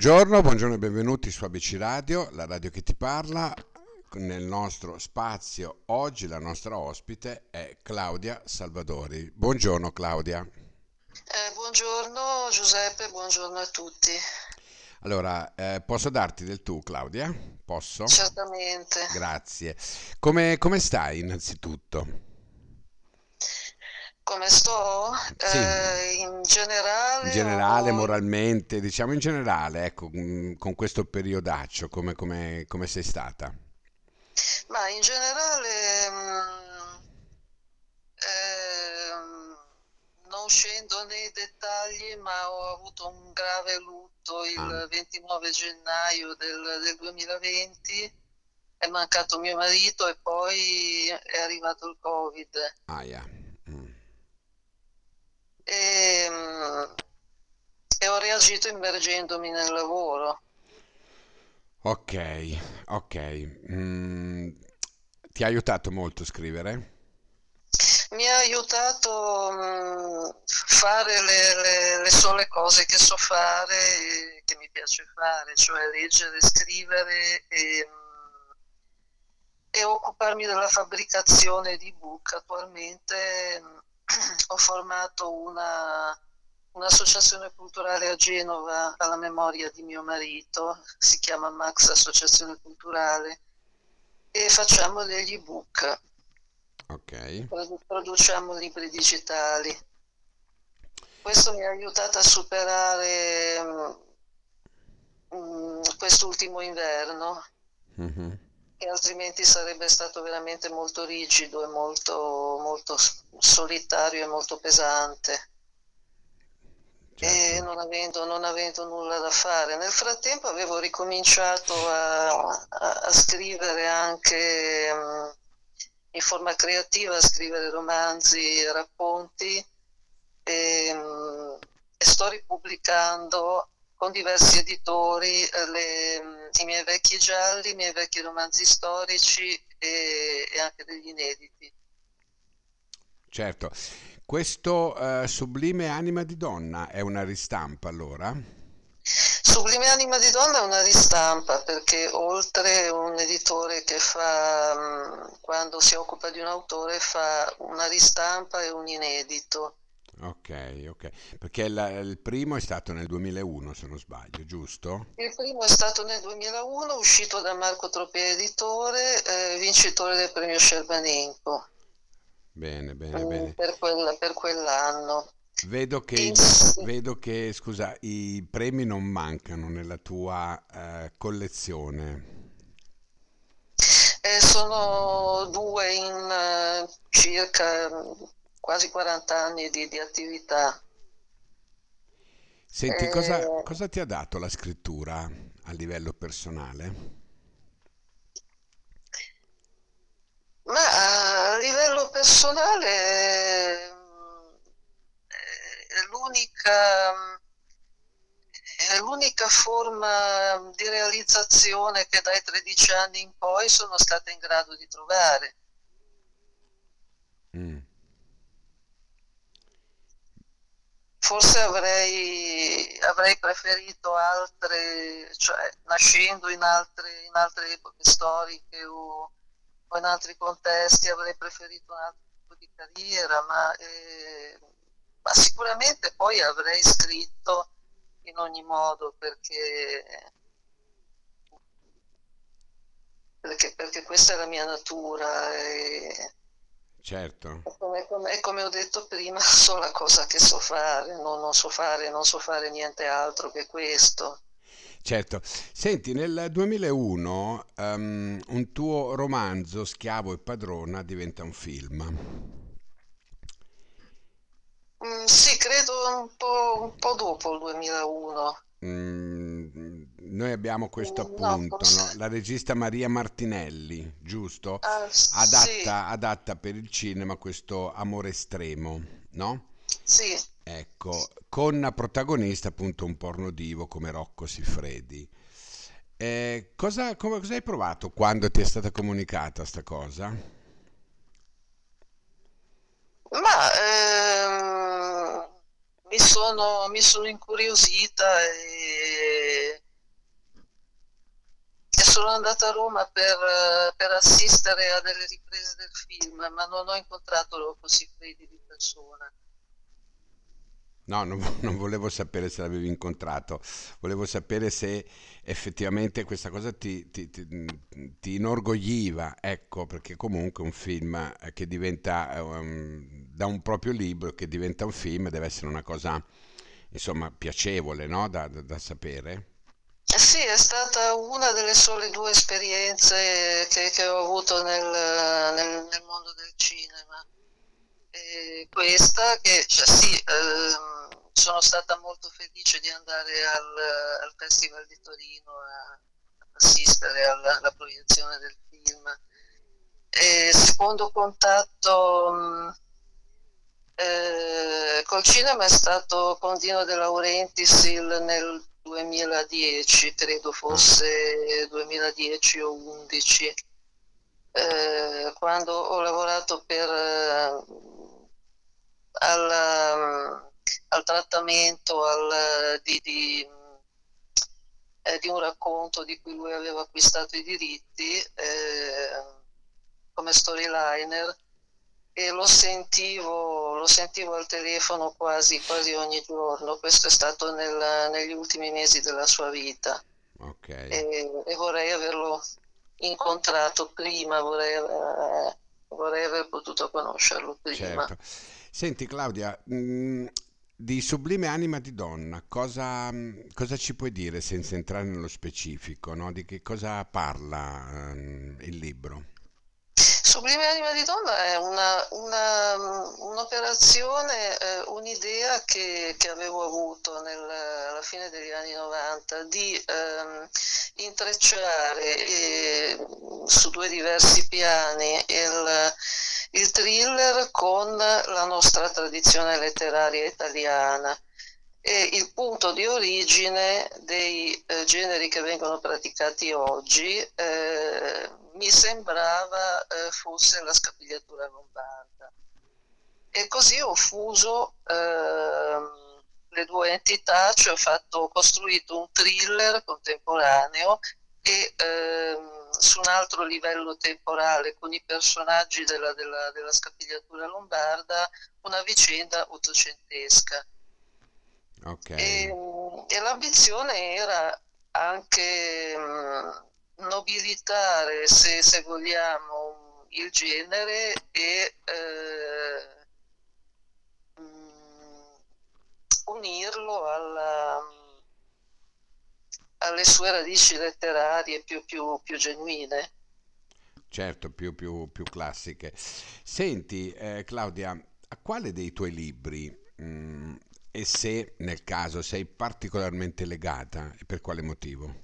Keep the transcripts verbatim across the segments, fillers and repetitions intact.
Buongiorno, buongiorno e benvenuti su A B C Radio, la radio che ti parla. Nel nostro spazio oggi la nostra ospite è Claudia Salvadori. Buongiorno Claudia. Eh, buongiorno Giuseppe, buongiorno a tutti. Allora, eh, posso darti del tu Claudia? Posso? Certamente. Grazie. Come, come stai innanzitutto? Come sto? Sì, Eh, in in generale generale, o in- moralmente, diciamo in generale, ecco, mm, con questo periodaccio, come, come, come sei stata? ma in generale mm, ehm, non scendo nei dettagli, ma ho avuto un grave lutto Ah, il ventinove gennaio del, del duemilaventi. È mancato mio marito e poi è arrivato il Covid. aia. Mm. E, mm, e ho reagito immergendomi nel lavoro. Ok, ok. Mm, ti ha aiutato molto a scrivere? Mi ha aiutato a fare le, le- le sole cose che so fare e che mi piace fare, cioè leggere, scrivere e, mm, e occuparmi della fabbricazione di book. Attualmente mm, ho formato una, un'associazione culturale a Genova alla memoria di mio marito, si chiama Max Associazione Culturale, e facciamo degli ebook, Ok, produ- produciamo libri digitali. Questo mi ha aiutato a superare mm, mm, quest'ultimo inverno, mhm, che altrimenti sarebbe stato veramente molto rigido e molto, molto solitario e molto pesante. E certo. non avendo, non avendo nulla da fare. Nel frattempo avevo ricominciato a, a- a scrivere anche mm, in forma creativa, a scrivere romanzi, racconti e, mm, e sto ripubblicando con diversi editori eh, le- mm, i miei vecchi gialli, i miei vecchi romanzi storici e, e anche degli inediti. Certo. Questo eh, Sublime Anima di Donna è una ristampa allora? Sublime Anima di Donna è una ristampa perché oltre un editore che fa, mh, quando si occupa di un autore, fa una ristampa e un inedito. Ok, ok. Perché il, il primo è stato nel duemilauno, se non sbaglio, giusto? Il primo è stato nel duemilauno, uscito da Marco Tropea Editore, eh, vincitore del premio Scerbanenko Bene, bene, mh, bene. per, quel- per quell'anno. Vedo che, In- il- vedo che, scusa, i premi non mancano nella tua eh, collezione. Eh, sono due in eh, circa mh, quasi quaranta anni di, di attività. Senti, cosa, Eh, cosa ti ha dato la scrittura a livello personale? Ma a livello personale ehm, è l'unica, è l'unica forma di realizzazione che dai tredici anni in poi sono stata in grado di trovare. Mm, Forse avrei, avrei preferito altre, cioè nascendo in altre, in altre epoche storiche o, o in altri contesti, avrei preferito un altro tipo di carriera, ma, eh, ma sicuramente poi avrei scritto in ogni modo perché, perché, perché questa è la mia natura. E, certo. come, come- come ho detto prima, so la cosa che so fare, non, non so fare, non so fare niente altro che questo. Certo. Senti, nel duemilauno ehm, un tuo romanzo, Schiavo e padrona, diventa un film. Mm, sì, credo un po', un po' dopo il duemilauno. Mm, noi abbiamo questo Mm, no, appunto, forse. no? La regista Maria Martinelli, giusto? Ah, sì, Adatta, adatta per il cinema questo Amore estremo, no? sì. Ecco, con a protagonista appunto un pornodivo come Rocco Siffredi. Eh, cosa, come- cosa hai provato quando ti è stata comunicata sta cosa? Ma ehm, mi sono, mi sono incuriosita e, sono andata a Roma per, eh, per assistere a delle riprese del film, ma non ho incontrato Rocco Siffredi di persona. No, non, vo- non volevo sapere se l'avevi incontrato, volevo sapere se effettivamente questa cosa ti, ti- ti- ti inorgogliva, ecco, perché comunque un film eh, che diventa, eh, um, da un proprio libro che diventa un film deve essere una cosa, insomma, piacevole, no? Da, da- da sapere. Eh sì, è stata una delle sole due esperienze che, che ho avuto nel, nel- nel mondo del cinema. E questa che, cioè, sì, ehm, sono stata molto felice di andare al, al Festival di Torino a, ad assistere alla, alla proiezione del film. E secondo contatto mh, eh, col cinema è stato con Dino De Laurentiis il- nel duemiladieci, credo Ah, fosse duemiladieci o undici, eh, quando ho lavorato per, eh, al, um, al trattamento al, di, di, eh, di un racconto di cui lui aveva acquistato i diritti eh, come storyliner, e lo sentivo, lo sentivo al telefono quasi, quasi ogni giorno. Questo è stato nel- negli ultimi mesi della sua vita, ok, e, e vorrei averlo incontrato prima, vorrei, eh, vorrei aver potuto conoscerlo prima. certo. Senti Claudia, mh, di Sublime Anima di Donna, cosa, mh, cosa ci puoi dire senza entrare nello specifico, no? Di che cosa parla, ehm, il libro? Sublime Anima di Donna è una- una, mm, un'operazione, eh, un'idea che, che avevo avuto nel- alla fine degli anni novanta di ehm, intrecciare eh, su due diversi piani il, il thriller con la nostra tradizione letteraria italiana e il punto di origine dei eh, generi che vengono praticati oggi. Eh, mi sembrava eh, fosse la scapigliatura lombarda. E così ho fuso ehm, le due entità, cioè ho fatto, ho costruito un thriller contemporaneo e ehm, su un altro livello temporale con i personaggi della, della, della scapigliatura lombarda una vicenda ottocentesca. Ok, E, e l'ambizione era anche mh, nobilitare, se, se vogliamo, il genere e eh, mh, unirlo alla- alle sue radici letterarie più, più, più genuine. certo, più, più, più classiche. Senti, eh, Claudia, a quale dei tuoi libri, mh, e se nel caso sei particolarmente legata e per quale motivo?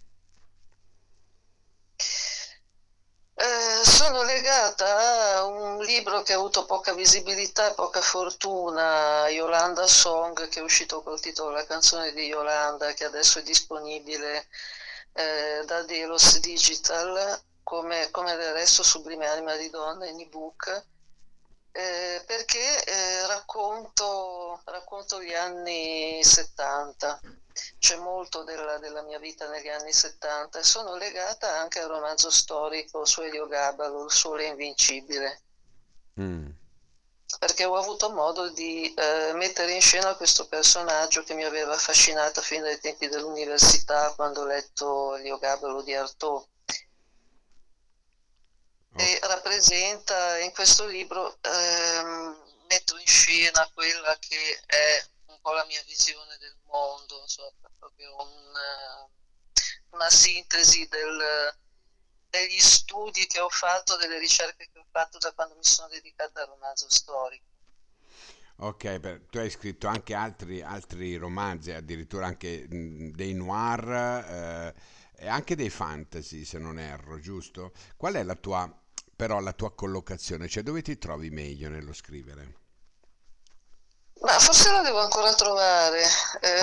Eh, sono legata a un libro che ha avuto poca visibilità e poca fortuna, Yolanda Song, che è uscito col titolo La canzone di Yolanda, che adesso è disponibile eh, da Delos Digital, come, come del resto Sublime Anima di Donna in ebook, eh, perché eh, racconto, racconto gli anni settanta. C'è molto della, della mia vita negli anni settanta e sono legata anche al romanzo storico su Elio Gabalo, Il sole invincibile, Mm, perché ho avuto modo di eh, mettere in scena questo personaggio che mi aveva affascinata fin dai tempi dell'università, quando ho letto Elio Gabalo di Artaud, o- e rappresenta in questo libro, ehm, metto in scena quella che è un po' la mia visione del mondo, insomma, proprio un, eh, una sintesi del- degli studi che ho fatto, delle ricerche che ho fatto da quando mi sono dedicata al romanzo storico. ok, per- tu hai scritto anche altri, altri romanzi, addirittura anche mh, dei noir, eh, e anche dei fantasy, se non erro, giusto? Qual è la tua, però, la tua collocazione? Cioè, dove ti trovi meglio nello scrivere? Ma forse la devo ancora trovare. eh.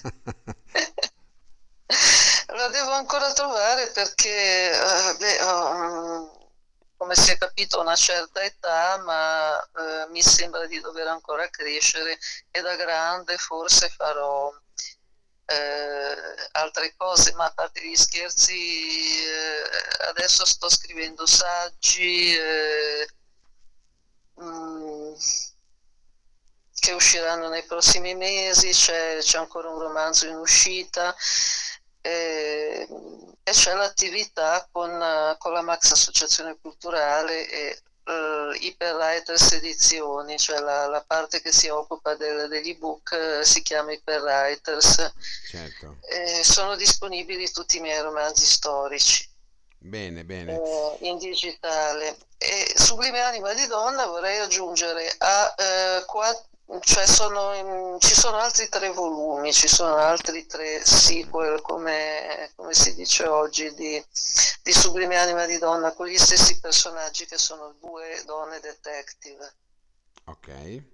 La devo ancora trovare perché, eh, beh, ho, mm, come si è capito, ho una certa età, ma eh, mi sembra di dover ancora crescere e da grande forse farò, eh, altre cose, ma a parte gli scherzi, eh, adesso sto scrivendo saggi eh, mm, che usciranno nei prossimi mesi, c'è, c'è ancora un romanzo in uscita eh, e c'è l'attività con, eh, con la Max Associazione Culturale e eh, Hyperwriters Edizioni, cioè la, la parte che si occupa del- degli ebook eh, si chiama Hyperwriters. Certo. Eh, sono disponibili tutti i miei romanzi storici Bene, bene. eh, in digitale. E Sublime Anima di Donna vorrei aggiungere a eh, qua- cioè sono in- ci sono altri tre volumi, ci sono altri tre sequel, come, come si dice oggi, di, di Sublime Anima di Donna, con gli stessi personaggi che sono due donne detective. Ok.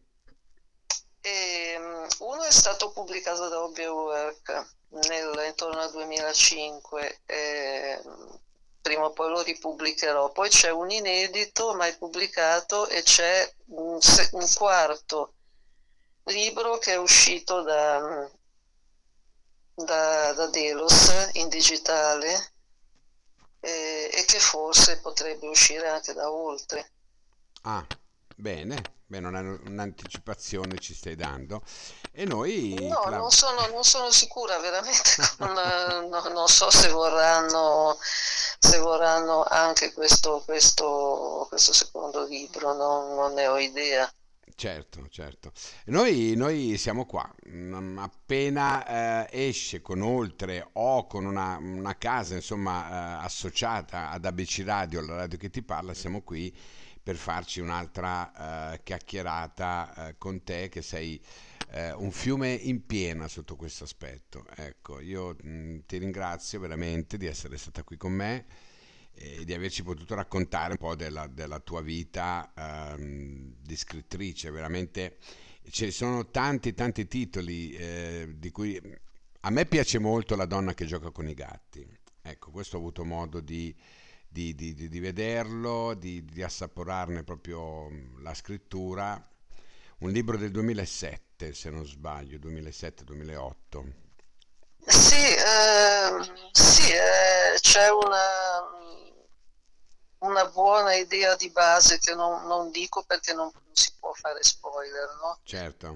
E, mm, uno è stato pubblicato da Hobbywork nel, intorno al duemilacinque, e, mm, prima o poi lo ripubblicherò. Poi c'è un inedito mai pubblicato e c'è un, se- un quarto libro che è uscito da, mm, da, da Delos in digitale e, e che forse potrebbe uscire anche da oltre. Ah, bene. Beh, una- un'anticipazione ci stai dando. E noi, No, Cla- non sono, non sono sicura veramente, con, eh, no- non so se vorranno, se vorranno anche questo, questo, questo secondo libro, non, non ne ho idea. Certo, certo. Noi, noi siamo qua. Mm, appena eh, esce con Oltre o con una, una casa, insomma, eh, associata ad A B C Radio, la radio che ti parla, siamo qui per farci un'altra eh, chiacchierata eh, con te, che sei eh, un fiume in piena sotto questo aspetto. Ecco, io mm, ti ringrazio veramente di essere stata qui con me e di averci potuto raccontare un po' della, della tua vita ehm, di scrittrice. Veramente ci sono tanti, tanti titoli eh, di cui a me piace molto La donna che gioca con i gatti. Ecco, questo ho avuto modo di, di, di- di- di vederlo, di, di assaporarne proprio la scrittura. Un libro del duemilasette, se non sbaglio, duemilasette-duemilaotto. Sì, ehm, sì, eh, c'è una, una buona idea di base che non, non dico perché non, non si può fare spoiler, no? Certo,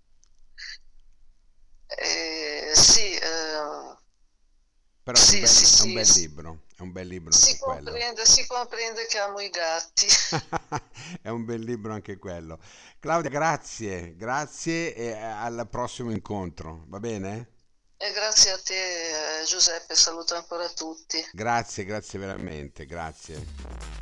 Eh, sì, eh, però è un sì, sì, bel, è un sì, bel s- libro, è un bel libro si anche quello. comprende, si comprende che amo i gatti. È un bel libro anche quello. Claudia, grazie, grazie e al prossimo incontro, va bene? E grazie a te, eh, Giuseppe, saluto ancora tutti. Grazie, grazie veramente, grazie.